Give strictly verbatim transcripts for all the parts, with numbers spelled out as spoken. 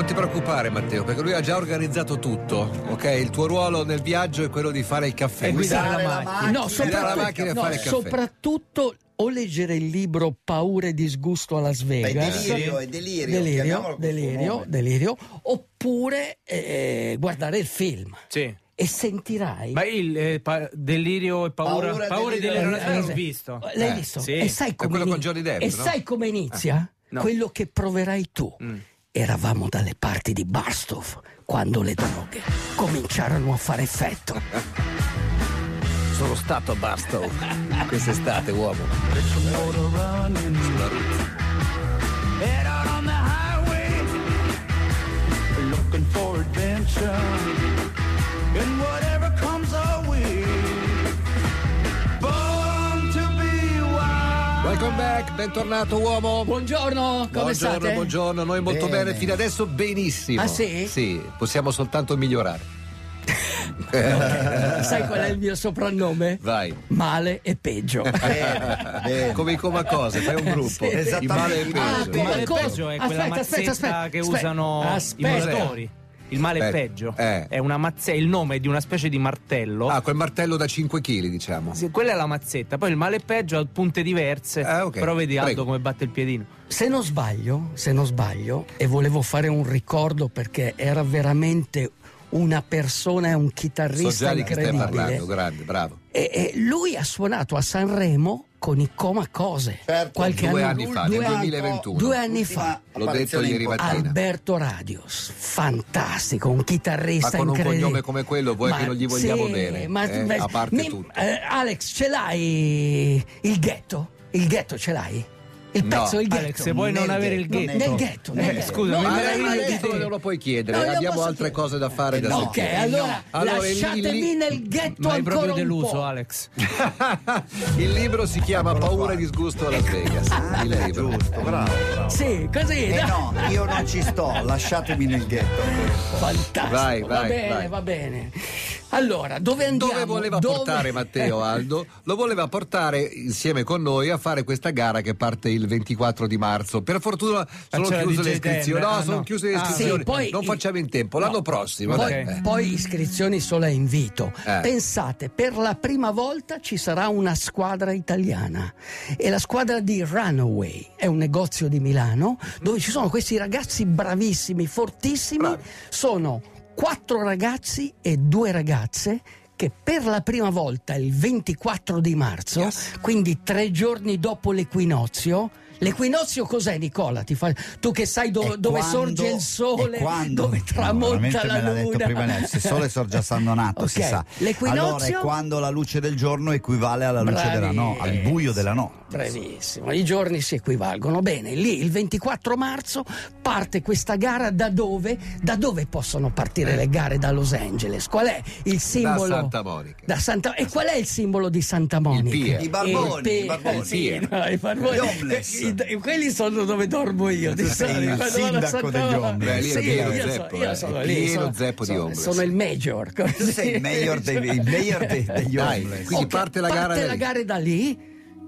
Non ti preoccupare Matteo, perché lui ha già organizzato tutto, ok? Il tuo ruolo nel viaggio è quello di fare il caffè. E guidare la macchina. No, Guidare la macchina e no, fare il caffè. soprattutto o leggere il libro Paura e disgusto a Las Vegas. È delirio, è delirio. Delirio, chiamiamolo con il suo delirio, nome. delirio. Oppure eh, guardare il film. Sì. E sentirai. Ma il eh, pa- delirio e paura, Paura e paura e delirio. delirio Eh, l'ho eh, visto. L'hai Eh, visto? sì. E sai come quello con ini- Johnny Depp, E no? sai come inizia? No. Quello che proverai tu. Mm. Eravamo dalle parti di Barstow quando le droghe cominciarono a fare effetto. Sono stato a Barstow quest'estate, uomo. Sulla rotta. Head out on the highway, looking for adventure, and whatever comes our way, born to be wild. Welcome back, bentornato uomo. Buongiorno, come Buongiorno, state? buongiorno, noi molto bene. Bene. fino adesso benissimo. Ah, sì? Sì, possiamo soltanto migliorare. Sai qual è il mio soprannome? Vai. Male e peggio. Bene, bene. Come i Coma Cose, fai un gruppo. Sì. Il male e il Ah, peggio. Il male e cosa? peggio è quella Aspetta, mazzetta aspetta, aspetta, che aspetta. usano Aspetta. i muratori. Il male Aspetta. è peggio. Eh. È una mazzetta, il nome è di una specie di martello. Ah, quel martello da cinque chili, diciamo. Sì, quella è la mazzetta. Poi il male è peggio ha punte diverse. Ah, ok. Però vedi Aldo Prego. come batte il piedino. Se non sbaglio, se non sbaglio, e volevo fare un ricordo perché era veramente una persona e un So chitarrista già di che stai parlando, incredibile. grande, bravo. E, e lui ha suonato a Sanremo con i Coma Cose Certo, qualche due anno anni fa, due nel anni- duemilaventuno. due anni L'ultima fa. L'ho detto apparizione ieri importante. mattina. Alberto Radios, fantastico, un Ma chitarrista con un incredibile. cognome come quello vuoi Ma che non gli vogliamo sì, bene? ma- eh? beh, A parte mi- tutto. eh, Alex, ce l'hai il ghetto? Il ghetto ce l'hai? Il No. pezzo, il ghetto? Alex, se vuoi non Nel avere il ghetto, ghetto. Nel ghetto, nel Eh, ghetto. scusa, No, mi ma meraviglio nel di ghetto. te. Non lo puoi chiedere, No, io abbiamo posso altre chiedere. cose da fare da No. Ok, sentire. allora, Allora, il- lasciatemi il- nel ghetto Ma è ancora proprio un deluso, po'. Alex. Il libro si chiama Paura e disgusto a Las Vegas. Il Eh, libro. giusto, bravo, bravo. Sì, così. Eh dai. no, io non ci sto, lasciatemi nel ghetto. Fantastico. Vai, va vai, bene, vai. va bene. Allora, dove andiamo? Dove voleva Dove- portare Matteo Aldo? Lo voleva portare insieme con noi a fare questa gara che parte il ventiquattro di marzo. Per fortuna sono c'è la chiuse D J le iscrizioni. Tender, No, ah, sono no. chiuse le Ah, iscrizioni. sì, poi- non facciamo in tempo. L'anno No. prossimo. Poi, dai. Ok. Eh. poi iscrizioni solo a invito. Eh. Pensate, per la prima volta ci sarà una squadra italiana e la squadra di Runaway è un negozio di Milano dove ci sono questi ragazzi bravissimi, fortissimi. Bravi. Sono quattro ragazzi e due ragazze che per la prima volta il ventiquattro di marzo, Yes. quindi tre giorni dopo l'equinozio. L'equinozio cos'è, Nicola? Ti fa- tu che sai do- E dove quando- sorge il sole, e quando- dove No, tramonta veramente la me l'ha luna. detto prima lei, se il sole sorge a San Donato, si Ok, sa. l'equinozio- Allora è quando la luce del giorno equivale alla luce della notte, al buio della notte. Bravissimo, i giorni si equivalgono. Bene, lì il ventiquattro marzo parte questa gara da dove? Da dove possono partire le gare? Da Los Angeles. Qual è il simbolo? Santa Monica. Da Santa- E qual è il simbolo di Santa Monica? pier. I barboni, Il pier. i barboni. Sì, no, i barboni. Gli homeless. I- i- quelli sono dove dormo io. di Tu sei solito, il quando vado a sindaco Santa degli Monica. homeless. Beh, lì è Sì, pieno io zeppo, so- io eh, sono è lì, pieno sono- zeppo di sono- homeless. Sono il major. Tu sei il mayor dei, il mayor dei- degli Dai, homeless. quindi Ok, parte la gara da la lì. gara da lì.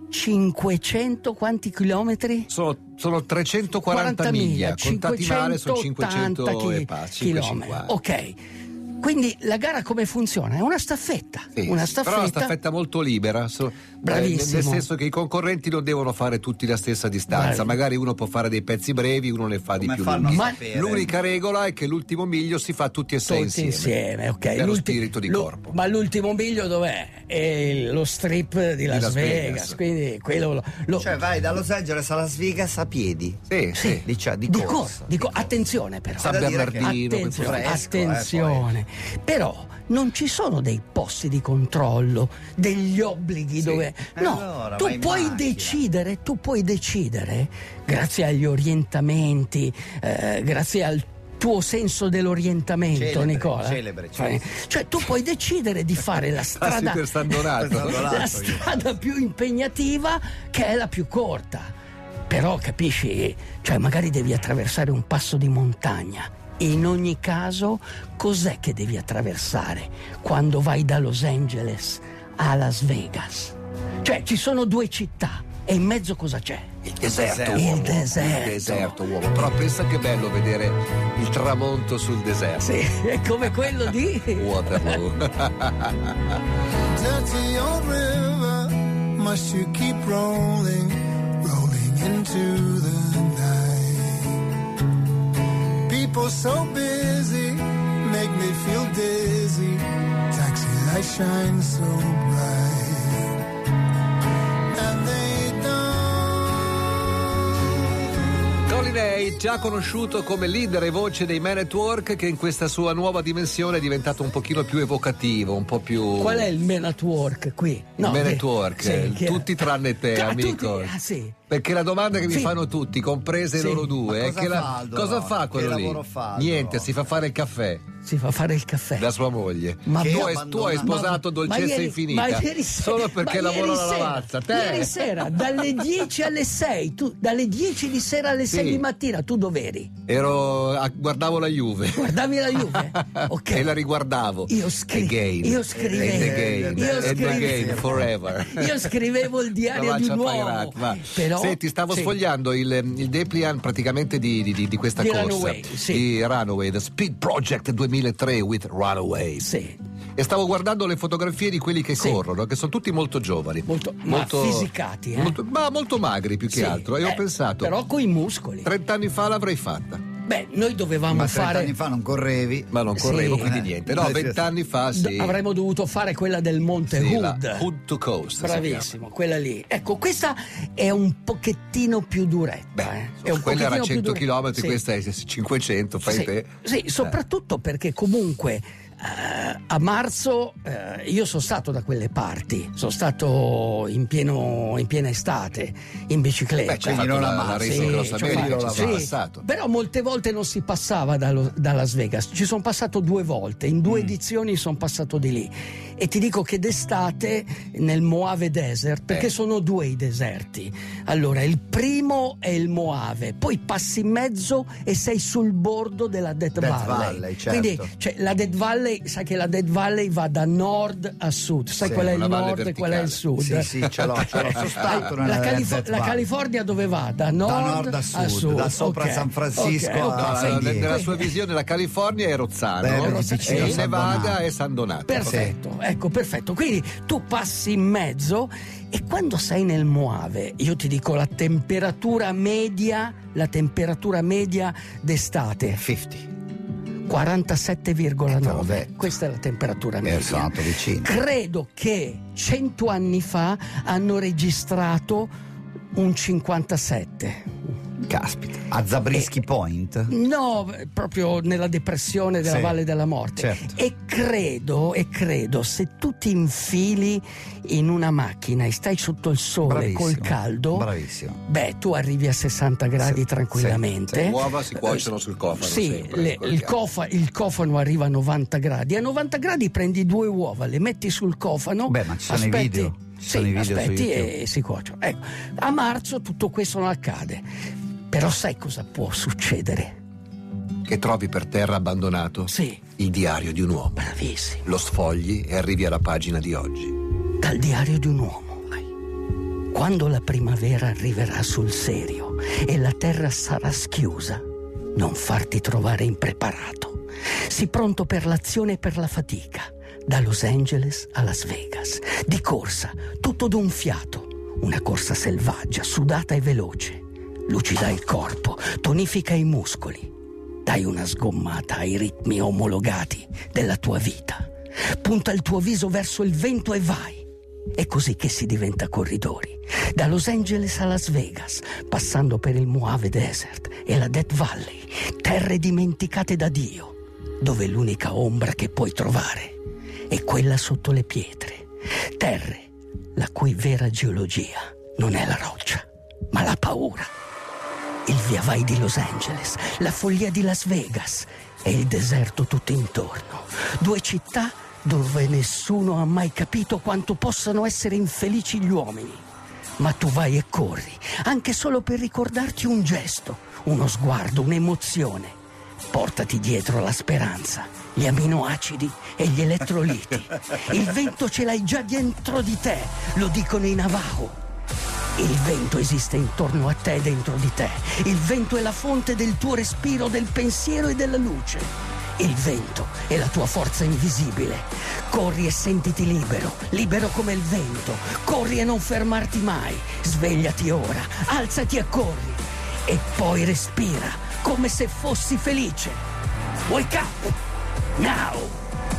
cinquecento quanti chilometri? Sono, sono trecentoquaranta miglia, contati male sono cinquecento e passa, cinquecentocinquanta. Ok. Quindi la gara come funziona? È una staffetta. Sì, una sì, staffetta. però è una staffetta molto libera, so- Bravissimo. eh, nel senso che i concorrenti non devono fare tutti la stessa distanza. Bravi. Magari uno può fare dei pezzi brevi, uno ne fa di Come più fanno a lunghi. sapere? L'unica regola è che l'ultimo miglio si fa tutti e sei Tutti insieme, insieme, ok. per lo L'ulti- spirito di lo- corpo. Ma l'ultimo miglio dov'è? È il- lo strip di Las, Las Vegas. Vegas. Quindi quello lo, lo- Cioè vai da Los Angeles a Las Vegas a piedi. Sì, sì, sì. Di, cioè, di di corsa. corsa, di co- attenzione però. San C'è da dire che- Bernardino, quel Attenzione, fresco, eh, attenzione. Però non ci sono dei posti di controllo, degli obblighi Sì. dove E no, allora tu vai in puoi macchina. decidere, tu puoi decidere grazie agli orientamenti, eh, grazie al tuo senso dell'orientamento, Celebre, Nicola. celebre, Fai- celebre. Cioè tu puoi decidere di fare la Passi strada per San Donato. Per San Donato. la io. strada più impegnativa che è la più corta. Però capisci, cioè magari devi attraversare un passo di montagna. In ogni caso, cos'è che devi attraversare quando vai da Los Angeles a Las Vegas? Cioè ci sono due città, e in mezzo cosa c'è? Il deserto, Il uomo. deserto. Il deserto, uomo. Però pensa che bello vedere il tramonto sul deserto. Sì, è come quello di Waterloo. Dirty old river, must you keep rolling, rolling into the night? People so busy, make me feel dizzy, taxi lights shine so bright, and they don't. Colin Hay, già conosciuto come leader e voce dei Man at Work, che in questa sua nuova dimensione è diventato un pochino più evocativo, un po' più... Qual è il Man at Work qui? Il Man at Work, sì, che- tutti tranne te, Ah, amico. tutti? Ah, sì. Perché la domanda che mi Sì. fanno tutti, comprese Sì. loro due, Ma è cosa che la- fa Aldo? cosa fa Che quello lì? lavoro fa Aldo? Niente, si fa fare il caffè Si fa fare il caffè. da sua moglie. Ma tu, Che hai, abbandona- tu hai sposato Ma- dolcezza ma ieri- infinita ma ieri se- solo perché ma lavora ieri alla sera- lavazza. Te? Ieri sera, dalle dieci alle sei, tu, dalle dieci di sera alle sei Sì. di mattina, tu dov'eri? Ero a- guardavo la Juve. Guardavi la Juve? Ok. E la riguardavo. Io scri- Again. io scrivevo- And again. io And scrivevo- again, forever. Io scrivevo il diario La di un Lancia uomo. Pairat, va. Però, Senti, stavo sì. sfogliando il, il Depliant praticamente di, di- di- di questa Di corsa Runaway, sì. di Runaway, The Speed Project duemilatré with Runaway. Sì. E stavo guardando le fotografie di quelli che Sì. corrono, che sono tutti molto giovani, Molto- ma fisicati, eh? molto- ma molto magri più che Sì. altro. E Eh, ho pensato, Però coi muscoli. trent'anni fa l'avrei fatta, Beh, noi dovevamo Ma trenta fare. anni fa non correvi. ma non Sì. correvo, quindi Eh. niente. No, Eh, sì, vent'anni fa d- sì. avremmo dovuto fare quella del Monte Sì, la Hood. Hood to Coast. si Bravissimo, quella lì. Ecco, questa è un pochettino più duretta. Beh, eh. È un quella era pochettino più cento duretta. chilometri, Sì. questa è cinquecento, fai Sì, te. sì, soprattutto perché comunque eh, a marzo eh, io sono stato da quelle parti, sono stato in, pieno, in piena estate in bicicletta. Beh, c'è Quindi fatto non la, la la mazza. Racing Sì, Cross ci ho America, fatto- ci sei sì. passato. Però molte volte non si passava dallo- da Las Vegas, ci sono passato due volte, in due edizioni sono passato di lì. E ti dico che d'estate nel Mojave Desert, perché Eh. sono due i deserti. Allora, il primo è il Mojave, poi passi in mezzo e sei sul bordo della Death, Death Valley. Valley, certo. Quindi cioè, la Death Valley, sai che la Death Valley va da nord a sud, sai Sì, qual è il una valle nord e qual è il sud? Sì, sì, ce l'ho, ce l'ho. Sono stato nella La, Calif- Death la Valley. California dove va? Da nord, nord a sud, da sopra ok, San Francisco ok, a- ok, No, San la- Diego. nella sua visione la California è Rozzano, Bello, di e vicino il San Nevada Donato. è San Donato. Perfetto, ecco, perfetto. Quindi tu passi in mezzo e quando sei nel Mojave, io ti dico la temperatura media, la temperatura media d'estate, cinquanta. quarantasette Eh, te l'ho virgola nove. detto. Questa è la temperatura Eh, media. sono andato vicino. Credo che cento anni fa hanno registrato un cinquantasette. Caspita. A Zabriskie Point? No, proprio nella depressione della Sì, Valle della Morte. certo. E credo, e credo, se tu ti infili in una macchina e stai sotto il sole Bravissimo, col caldo, bravissimo. beh, tu arrivi a sessanta gradi Sì, tranquillamente. Le uova si cuociono sul cofano. Sì, sempre, le- col il, ghiaccio. cofa- il cofano arriva a novanta gradi. A novanta gradi prendi due uova, le metti sul cofano. Beh, ma ci sono i aspetti- video, ci sì, sono i video su aspetti YouTube. e si cuociono. Ecco, a marzo tutto questo non accade. Però sai cosa può succedere? Che trovi per terra abbandonato Sì, il diario di un uomo. bravissimo. Lo sfogli e arrivi alla pagina di oggi. Dal diario di un uomo. Quando la primavera arriverà sul serio e la terra sarà schiusa, non farti trovare impreparato. Sii pronto per l'azione e per la fatica, da Los Angeles a Las Vegas. Di corsa, tutto d'un fiato. Una corsa selvaggia, sudata e veloce. Lucida il corpo, tonifica i muscoli. Dai una sgommata ai ritmi omologati della tua vita. Punta il tuo viso verso il vento e vai. È così che si diventa corridori. Da Los Angeles a Las Vegas, passando per il Mojave Desert e la Death Valley, terre dimenticate da Dio, dove l'unica ombra che puoi trovare è quella sotto le pietre. Terre la cui vera geologia non è la roccia, ma la paura. Il via vai di Los Angeles, la follia di Las Vegas e il deserto tutto intorno. Due città dove nessuno ha mai capito quanto possano essere infelici gli uomini. Ma tu vai e corri, anche solo per ricordarti un gesto, uno sguardo, un'emozione. Portati dietro la speranza, gli aminoacidi e gli elettroliti. Il vento ce l'hai già dentro di te, lo dicono i Navajo. Il vento esiste intorno a te e dentro di te. Il vento è la fonte del tuo respiro, del pensiero e della luce. Il vento è la tua forza invisibile. Corri e sentiti libero, libero come il vento. Corri e non fermarti mai. Svegliati ora, alzati e corri. E poi respira, come se fossi felice. Wake up! Now!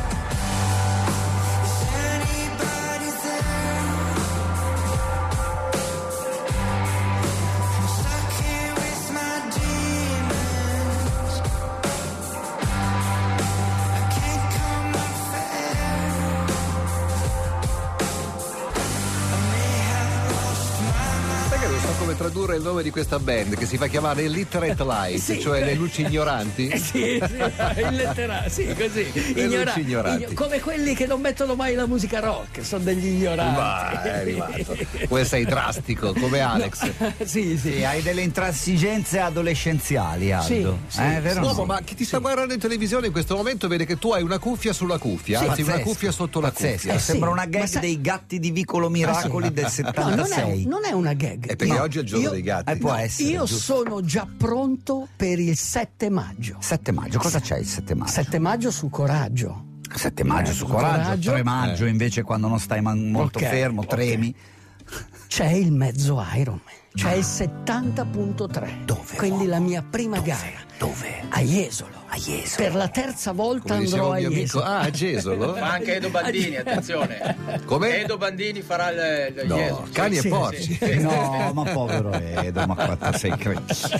Tradurre il nome di questa band che si fa chiamare Illiterate Light, Sì. cioè le luci ignoranti. Eh sì, sì, illettera- sì, così. Le Ignora- luci ignoranti. igno- come quelli che non mettono mai la musica rock, sono degli ignoranti. Ma è arrivato. Poi sei drastico come Alex. sì, sì. Sì, hai delle intransigenze adolescenziali, Aldo. Sì, sì, eh, vero? No, no? ma chi ti sta guardando in televisione in questo momento vede che tu hai una cuffia sulla cuffia, Sì, anzi una pazzesco, cuffia sotto la pazzesco. cuffia. Eh, Sembra sì, una gag ma sai- dei gatti di Vicolo Miracoli Ah, sì. del No, non è, settantasei. non è una gag. È perché No, oggi è il giorno io- dei gatti. Eh, può essere. Io giusto. sono già pronto per il sette maggio. sette maggio, cosa c'è il sette maggio? sette maggio su Coraggio. sette maggio Eh, su su coraggio, coraggio. tre maggio Eh. invece quando non stai man- molto Ok, fermo, ok. tremi. C'è il mezzo Ironman, c'è il settanta punto tre. Dove, Quindi uomo? la mia prima Dove? gara. Dove? A Jesolo. A Jesolo. Per la terza volta Come diceva andrò un a mio amico, Jesolo. ah, a Gesolo? Ma anche Edo Bandini, attenzione. Come? Edo Bandini farà il, il No, Gesù. cani Sì, e porci. No, ma povero Edo, ma quanto sei cretino.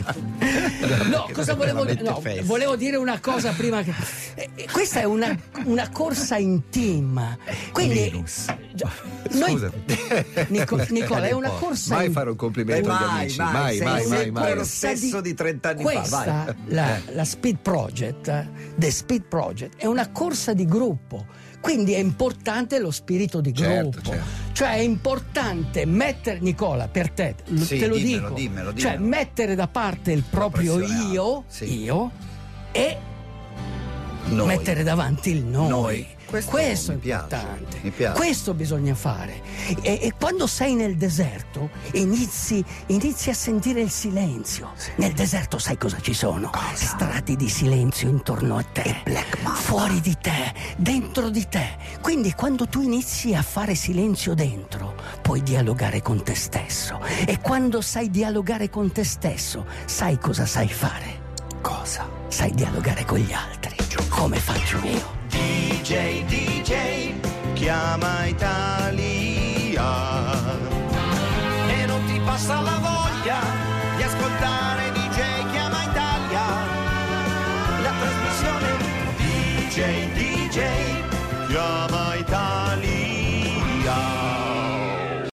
No, cosa volevo dire? No, Veramente festa. volevo dire una cosa prima che. eh, eh, questa è una, una corsa in team. Quindi. Linus. già, Noi, Scusami. Nico- Nicola, è una corsa Mai in fare un complimento Eh, agli mai, amici, mai, mai, sei mai, mai, sempre mai. lo stesso di trent'anni fa, questa, vai. La, la Speed Project, The Speed Project, è una corsa di gruppo. Quindi è importante lo spirito di Certo, gruppo. certo. Cioè è importante mettere, Nicola, per te, lo- Sì, te lo dimmelo, dico. dimmelo, Cioè dimmelo. mettere da parte il proprio pressione io, alta, sì. io e Noi. mettere davanti il noi. Noi. Questo Questo, mi è piace, importante. mi piace. Questo bisogna fare. E, e quando sei nel deserto inizi, inizi a sentire il silenzio. Nel deserto sai cosa ci sono? Strati di silenzio intorno a te. Fuori di te, dentro di te. Quindi quando tu inizi a fare silenzio dentro, puoi dialogare con te stesso. E quando sai dialogare con te stesso, sai cosa sai fare? Cosa? Sai dialogare con gli altri. Come faccio io? D J, D J, chiama Italia. E non ti passa la voglia di ascoltare D J Chiama Italia. La trasmissione D J, D J, chiama